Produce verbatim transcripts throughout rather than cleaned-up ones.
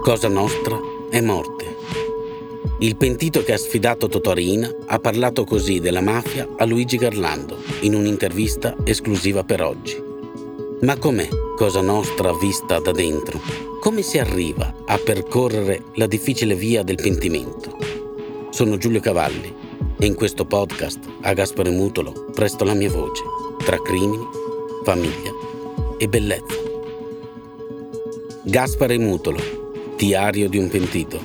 Cosa Nostra è morte. Il pentito che ha sfidato Totò Riina ha parlato così della mafia a Luigi Garlando in un'intervista esclusiva per oggi. Ma com'è Cosa Nostra vista da dentro? Come si arriva a percorrere la difficile via del pentimento? Sono Giulio Cavalli e in questo podcast a Gaspare Mutolo presto la mia voce tra crimini, famiglia e bellezza. Gaspare Mutolo, diario di un pentito.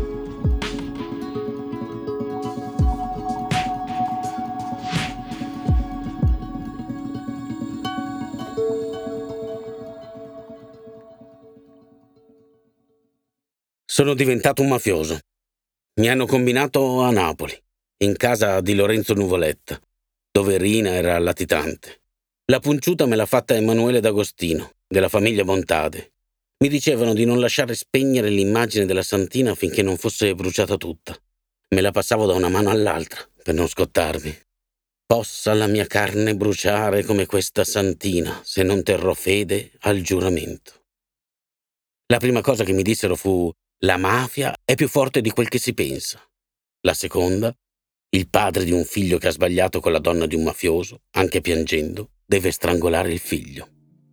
Sono diventato un mafioso. Mi hanno combinato a Napoli, in casa di Lorenzo Nuvoletta, dove Riina era latitante. La punciuta me l'ha fatta Emanuele D'Agostino, della famiglia Montade. Mi dicevano di non lasciare spegnere l'immagine della santina finché non fosse bruciata tutta. Me la passavo da una mano all'altra per non scottarmi. Possa la mia carne bruciare come questa santina se non terrò fede al giuramento. La prima cosa che mi dissero fu: la mafia è più forte di quel che si pensa. La seconda: il padre di un figlio che ha sbagliato con la donna di un mafioso, anche piangendo, deve strangolare il figlio.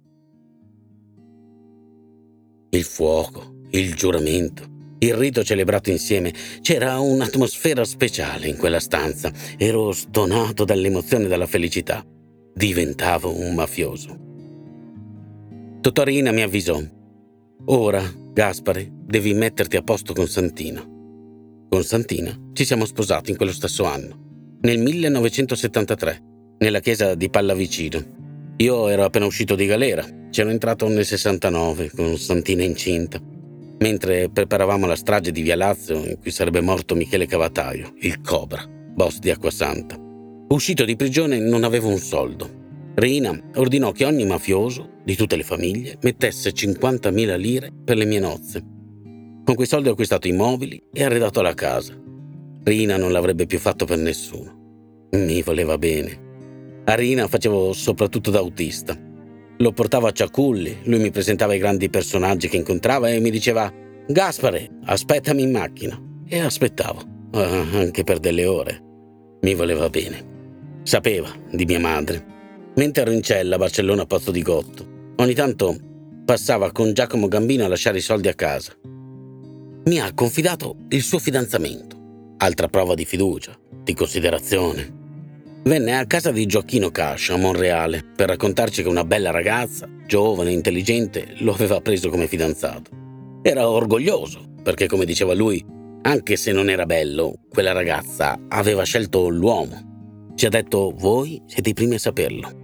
Il fuoco, il giuramento, il rito celebrato insieme. C'era un'atmosfera speciale in quella stanza. Ero stonato dall'emozione e dalla felicità. Diventavo un mafioso. Totò Riina mi avvisò: ora, Gaspare, devi metterti a posto con Santina. Con Santina ci siamo sposati in quello stesso anno, nel millenovecentosettantatré, nella chiesa di Pallavicino. Io ero appena uscito di galera, c'ero entrato nel sessantanove con Santina incinta, mentre preparavamo la strage di Via Lazio in cui sarebbe morto Michele Cavataio, il Cobra, boss di Acquasanta. Uscito di prigione non avevo un soldo. Riina ordinò che ogni mafioso, di tutte le famiglie, mettesse cinquantamila lire per le mie nozze. Con quei soldi ho acquistato i mobili e arredato la casa. Riina non l'avrebbe più fatto per nessuno. Mi voleva bene. A Riina facevo soprattutto da autista. Lo portavo a Ciaculli, lui mi presentava i grandi personaggi che incontrava e mi diceva: Gaspare, aspettami in macchina. E aspettavo, anche per delle ore. Mi voleva bene. Sapeva di mia madre. Mentre ero in cella a Barcellona Pozzo di Gotto, ogni tanto passava con Giacomo Gambino a lasciare i soldi a casa. Mi ha confidato il suo fidanzamento, altra prova di fiducia, di considerazione. Venne a casa di Gioacchino Cascia a Monreale per raccontarci che una bella ragazza, giovane e intelligente, lo aveva preso come fidanzato. Era orgoglioso, perché come diceva lui, anche se non era bello, quella ragazza aveva scelto l'uomo. Ci ha detto: voi siete i primi a saperlo.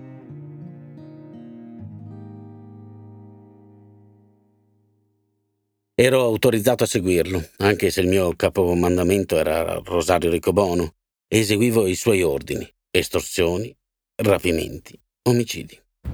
Ero autorizzato a seguirlo, anche se il mio capocomandamento era Rosario Riccobono, e eseguivo i suoi ordini: estorsioni, rapimenti, omicidi.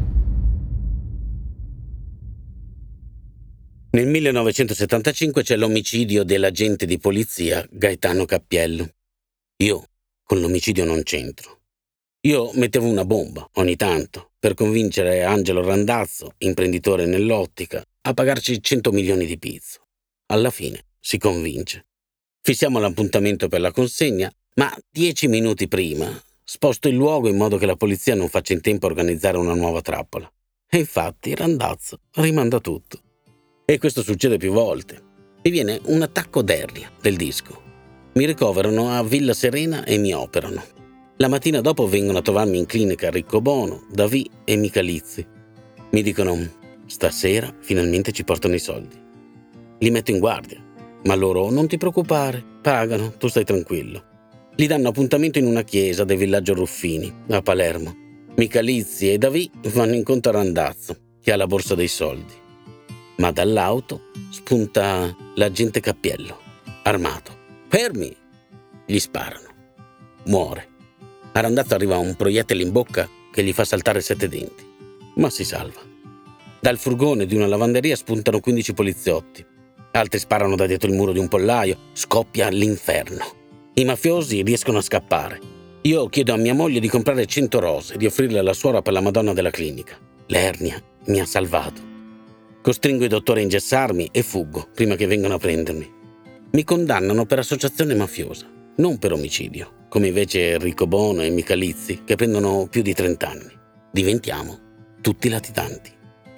Nel millenovecentosettantacinque c'è l'omicidio dell'agente di polizia Gaetano Cappiello. Io con l'omicidio non c'entro. Io mettevo una bomba, ogni tanto, per convincere Angelo Randazzo, imprenditore nell'ottica, a pagarci cento milioni di pizzo. Alla fine si convince. Fissiamo l'appuntamento per la consegna, ma dieci minuti prima sposto il luogo in modo che la polizia non faccia in tempo a organizzare una nuova trappola. E infatti Randazzo rimanda tutto. E questo succede più volte. Mi viene un attacco d'ernia del disco. Mi ricoverano a Villa Serena e mi operano. La mattina dopo vengono a trovarmi in clinica Riccobono, Davì e Michalizzi. Mi dicono: stasera finalmente ci portano i soldi. Li metto in guardia, ma loro: non ti preoccupare, pagano, tu stai tranquillo. Gli danno appuntamento in una chiesa del villaggio Ruffini, a Palermo. Michalizzi e Davì vanno incontro a Randazzo, che ha la borsa dei soldi. Ma dall'auto spunta l'agente Cappiello, armato. Fermi! Gli sparano. Muore. A Randazzo arriva un proiettile in bocca che gli fa saltare sette denti, ma si salva. Dal furgone di una lavanderia spuntano quindici poliziotti. Altri sparano da dietro il muro di un pollaio. Scoppia l'inferno. I mafiosi riescono a scappare. Io chiedo a mia moglie di comprare cento rose e di offrirle alla suora per la Madonna della clinica. L'ernia mi ha salvato. Costringo i dottori a ingessarmi e fuggo prima che vengano a prendermi. Mi condannano per associazione mafiosa, non per omicidio, come invece Enrico Bono e Michalizzi, che prendono più di trenta anni. Diventiamo tutti latitanti.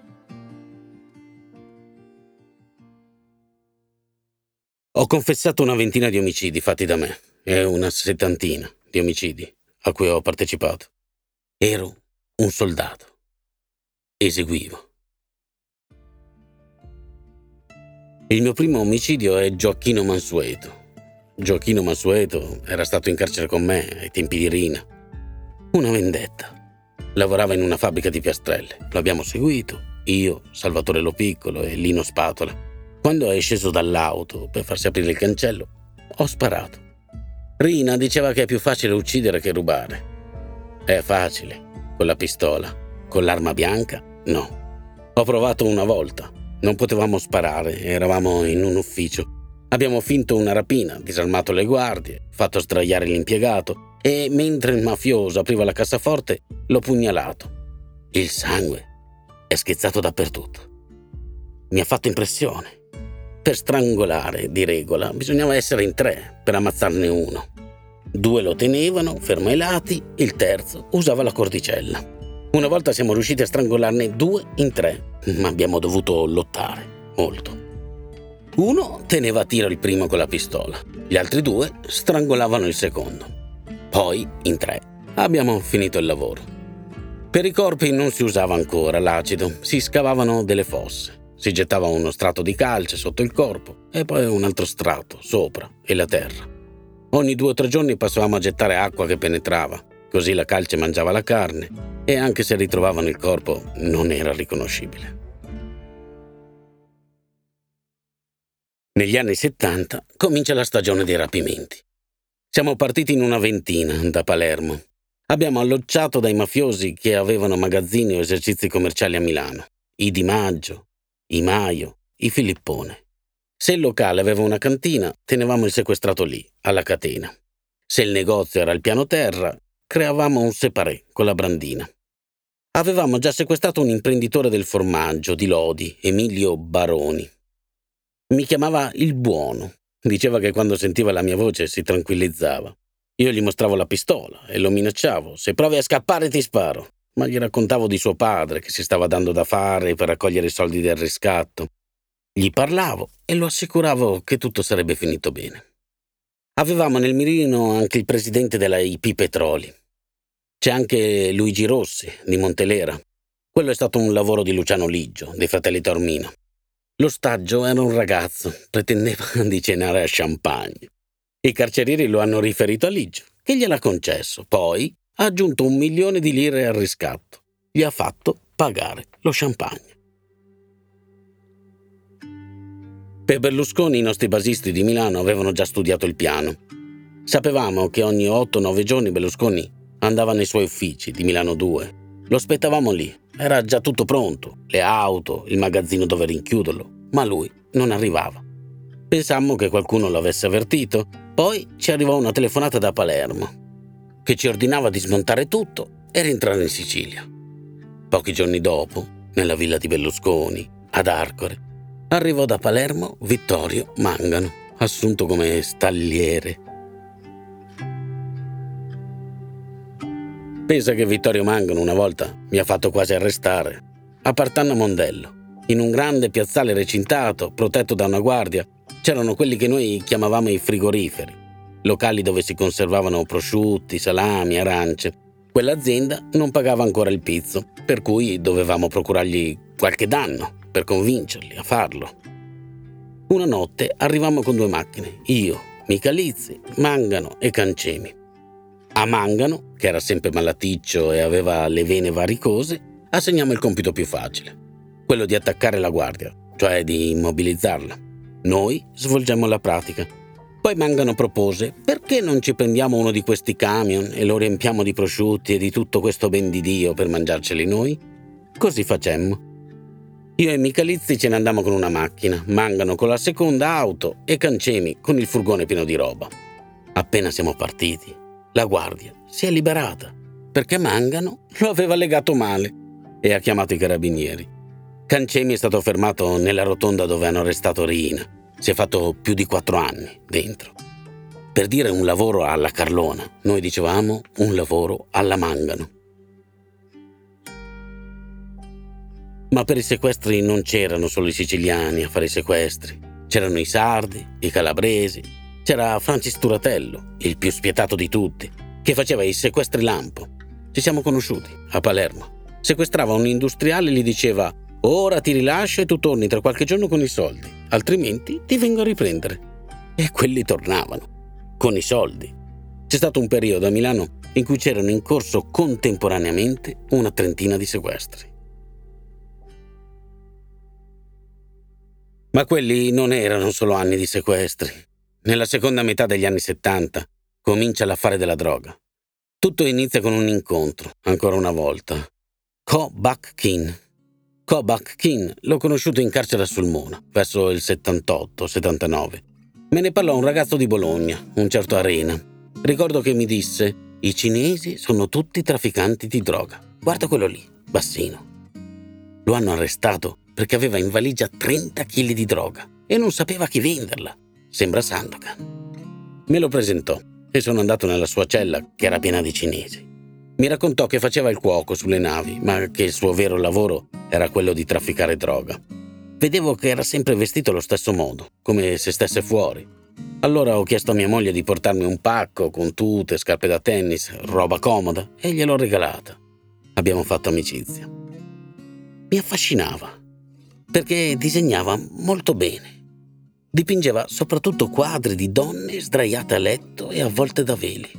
Ho confessato una ventina di omicidi fatti da me e una settantina di omicidi a cui ho partecipato. Ero un soldato. Eseguivo. Il mio primo omicidio è Gioacchino Mansueto. Gioacchino Mansueto era stato in carcere con me ai tempi di Rina. Una vendetta. Lavorava in una fabbrica di piastrelle. Lo abbiamo seguito, io, Salvatore Lo Piccolo e Lino Spatola. Quando è sceso dall'auto per farsi aprire il cancello, ho sparato. Rina diceva che è più facile uccidere che rubare. È facile, con la pistola. Con l'arma bianca, no. Ho provato una volta. Non potevamo sparare, eravamo in un ufficio. Abbiamo finto una rapina, disarmato le guardie, fatto sdraiare l'impiegato e, mentre il mafioso apriva la cassaforte, l'ho pugnalato. Il sangue è schizzato dappertutto. Mi ha fatto impressione. Per strangolare, di regola, bisognava essere in tre per ammazzarne uno. Due lo tenevano, fermo ai lati, il terzo usava la cordicella. Una volta siamo riusciti a strangolarne due in tre, ma abbiamo dovuto lottare, molto. Uno teneva a tiro il primo con la pistola, gli altri due strangolavano il secondo. Poi, in tre, abbiamo finito il lavoro. Per i corpi non si usava ancora l'acido, si scavavano delle fosse. Si gettava uno strato di calce sotto il corpo e poi un altro strato sopra e la terra. Ogni due o tre giorni passavamo a gettare acqua che penetrava, così la calce mangiava la carne e anche se ritrovavano il corpo non era riconoscibile. Negli anni settanta comincia la stagione dei rapimenti. Siamo partiti in una ventina da Palermo. Abbiamo alloggiato dai mafiosi che avevano magazzini o esercizi commerciali a Milano, i Di Maggio, i Maio, i Filippone. Se il locale aveva una cantina, tenevamo il sequestrato lì, alla catena. Se il negozio era al piano terra, creavamo un separé con la brandina. Avevamo già sequestrato un imprenditore del formaggio di Lodi, Emilio Baroni. Mi chiamava il buono. Diceva che quando sentiva la mia voce si tranquillizzava. Io gli mostravo la pistola e lo minacciavo. Se provi a scappare ti sparo. Ma gli raccontavo di suo padre che si stava dando da fare per raccogliere i soldi del riscatto. Gli parlavo e lo assicuravo che tutto sarebbe finito bene. Avevamo nel mirino anche il presidente della I P Petroli. C'è anche Luigi Rossi, di Montelera. Quello è stato un lavoro di Luciano Liggio, dei fratelli Taormino. L'ostaggio era un ragazzo, pretendeva di cenare a champagne. I carcerieri lo hanno riferito a Liggio, che gliel'ha concesso. Poi ha aggiunto un milione di lire al riscatto. Gli ha fatto pagare lo champagne. Per Berlusconi i nostri basisti di Milano avevano già studiato il piano. Sapevamo che ogni otto nove giorni Berlusconi andava nei suoi uffici di Milano due. Lo aspettavamo lì. Era già tutto pronto, le auto, il magazzino dove rinchiuderlo, ma lui non arrivava. Pensammo che qualcuno l'avesse avvertito. Poi ci arrivò una telefonata da Palermo che ci ordinava di smontare tutto e rientrare in Sicilia. Pochi giorni dopo, nella villa di Berlusconi, ad Arcore, arrivò da Palermo Vittorio Mangano, assunto come stalliere. Pensa che Vittorio Mangano una volta mi ha fatto quasi arrestare, a Partanna Mondello, in un grande piazzale recintato, protetto da una guardia. C'erano quelli che noi chiamavamo i frigoriferi, locali dove si conservavano prosciutti, salami, arance. Quell'azienda non pagava ancora il pizzo, per cui dovevamo procurargli qualche danno per convincerli a farlo. Una notte arrivammo con due macchine, io, Michalizzi, Mangano e Cancemi. A Mangano, che era sempre malaticcio e aveva le vene varicose, assegniamo il compito più facile, quello di attaccare la guardia, cioè di immobilizzarla. Noi svolgemmo la pratica. Poi Mangano propose: perché non ci prendiamo uno di questi camion e lo riempiamo di prosciutti e di tutto questo ben di Dio per mangiarceli noi? Così facemmo. Io e Michalizzi ce ne andammo con una macchina, Mangano con la seconda auto e Cancemi con il furgone pieno di roba. Appena siamo partiti, la guardia si è liberata perché Mangano lo aveva legato male e ha chiamato i carabinieri. Cancemi è stato fermato nella rotonda dove hanno arrestato Riina. Si è fatto più di quattro anni dentro. Per dire un lavoro alla Carlona, noi dicevamo un lavoro alla Mangano. Ma per i sequestri non c'erano solo i siciliani a fare i sequestri. C'erano i sardi, i calabresi, c'era Francis Turatello, il più spietato di tutti, che faceva i sequestri lampo. Ci siamo conosciuti a Palermo. Sequestrava un industriale e gli diceva: ora ti rilascio e tu torni tra qualche giorno con i soldi, altrimenti ti vengo a riprendere. E quelli tornavano, con i soldi. C'è stato un periodo a Milano in cui c'erano in corso contemporaneamente una trentina di sequestri. Ma quelli non erano solo anni di sequestri. Nella seconda metà degli anni settanta comincia l'affare della droga. Tutto inizia con un incontro, ancora una volta. Ko Bak Kin. Ko Bak Kin l'ho conosciuto in carcere a Sulmona, verso il settantotto settantanove. Me ne parlò un ragazzo di Bologna, un certo Arena. Ricordo che mi disse: i cinesi sono tutti trafficanti di droga. Guarda quello lì, bassino. Lo hanno arrestato perché aveva in valigia trenta chili di droga e non sapeva chi venderla. Sembra Sandokan. Me lo presentò e sono andato nella sua cella, che era piena di cinesi. Mi raccontò che faceva il cuoco sulle navi, ma che il suo vero lavoro era quello di trafficare droga. Vedevo che era sempre vestito allo stesso modo, come se stesse fuori. Allora ho chiesto a mia moglie di portarmi un pacco con tute, scarpe da tennis, roba comoda, e gliel'ho regalata. Abbiamo fatto amicizia. Mi affascinava, perché disegnava molto bene. Dipingeva soprattutto quadri di donne sdraiate a letto e avvolte da veli.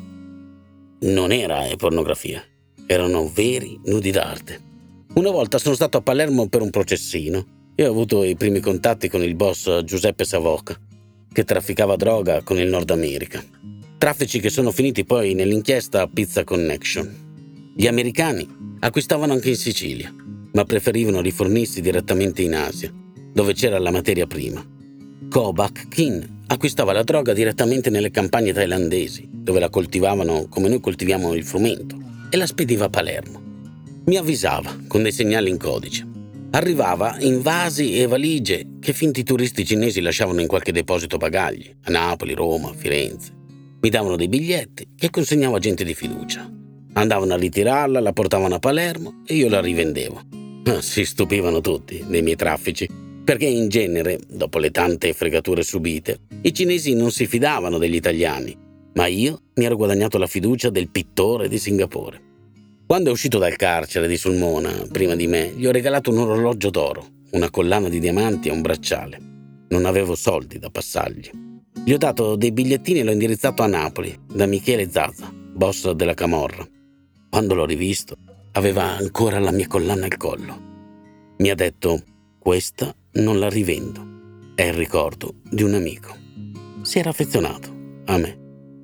Non era eh, pornografia, erano veri nudi d'arte. Una volta sono stato a Palermo per un processino e ho avuto i primi contatti con il boss Giuseppe Savoca, che trafficava droga con il Nord America. Traffici che sono finiti poi nell'inchiesta Pizza Connection. Gli americani acquistavano anche in Sicilia, ma preferivano rifornirsi direttamente in Asia, dove c'era la materia prima. Ko Bak Kin acquistava la droga direttamente nelle campagne thailandesi, dove la coltivavano come noi coltiviamo il frumento, e la spediva a Palermo. Mi avvisava con dei segnali in codice. Arrivava in vasi e valigie che finti turisti cinesi lasciavano in qualche deposito bagagli, a Napoli, Roma, Firenze. Mi davano dei biglietti che consegnavo a gente di fiducia. Andavano a ritirarla, la portavano a Palermo e io la rivendevo. Si stupivano tutti dei miei traffici, perché in genere, dopo le tante fregature subite, i cinesi non si fidavano degli italiani, ma io mi ero guadagnato la fiducia del pittore di Singapore. Quando è uscito dal carcere di Sulmona, prima di me, gli ho regalato un orologio d'oro, una collana di diamanti e un bracciale. Non avevo soldi da passargli. Gli ho dato dei bigliettini e l'ho indirizzato a Napoli, da Michele Zazza, boss della camorra. Quando l'ho rivisto, aveva ancora la mia collana al collo. Mi ha detto: questa non la rivendo, è il ricordo di un amico. Si era affezionato a me.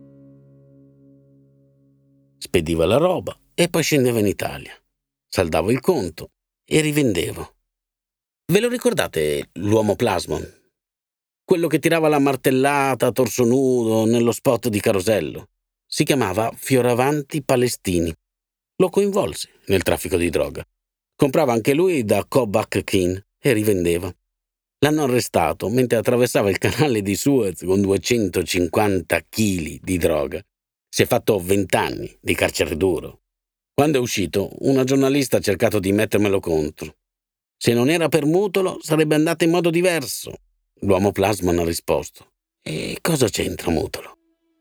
Spediva la roba e poi scendeva in Italia. Saldavo il conto e rivendevo. Ve lo ricordate l'uomo plasmon? Quello che tirava la martellata a torso nudo nello spot di Carosello. Si chiamava Fioravanti Palestini. Lo coinvolse nel traffico di droga. Comprava anche lui da Ko Bak Kin e rivendeva. L'hanno arrestato mentre attraversava il canale di Suez con duecentocinquanta chili di droga. Si è fatto vent'anni di carcere duro. Quando è uscito, una giornalista ha cercato di mettermelo contro. Se non era per Mutolo, sarebbe andata in modo diverso. L'uomo plasmon ha risposto: e cosa c'entra Mutolo?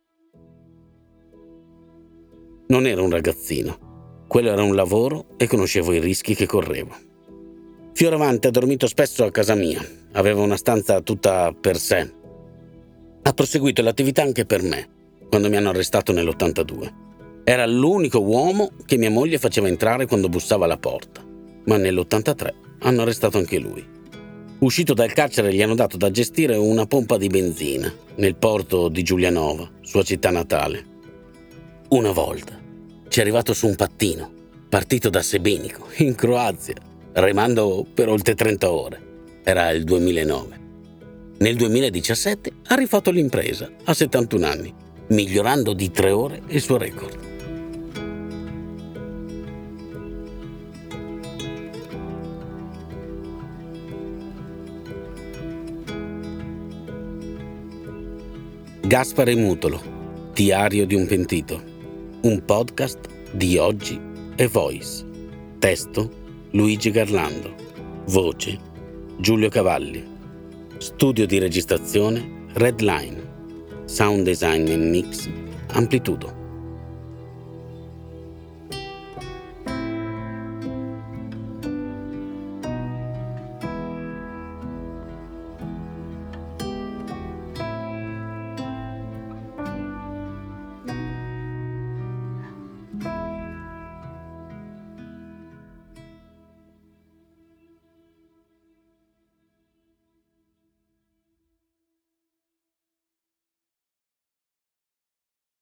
Non ero un ragazzino. Quello era un lavoro e conoscevo i rischi che correvo. Fioravanti ha dormito spesso a casa mia. Aveva una stanza tutta per sé. Ha proseguito l'attività anche per me, quando mi hanno arrestato nell'ottantadue. Era l'unico uomo che mia moglie faceva entrare quando bussava alla porta. Ma nell'ottantatré hanno arrestato anche lui. Uscito dal carcere gli hanno dato da gestire una pompa di benzina nel porto di Giulianova, sua città natale. Una volta ci è arrivato su un pattino, partito da Sebenico, in Croazia, remando per oltre trenta ore. Era il duemilanove. Nel duemiladiciassette ha rifatto l'impresa, a settantuno anni, migliorando di tre ore il suo record. Gaspare Mutolo, Diario di un pentito. Un podcast di Oggi e Voice. Testo Luigi Garlando. Voce Giulio Cavalli. Studio di registrazione Redline. Sound design e mix Amplitudo.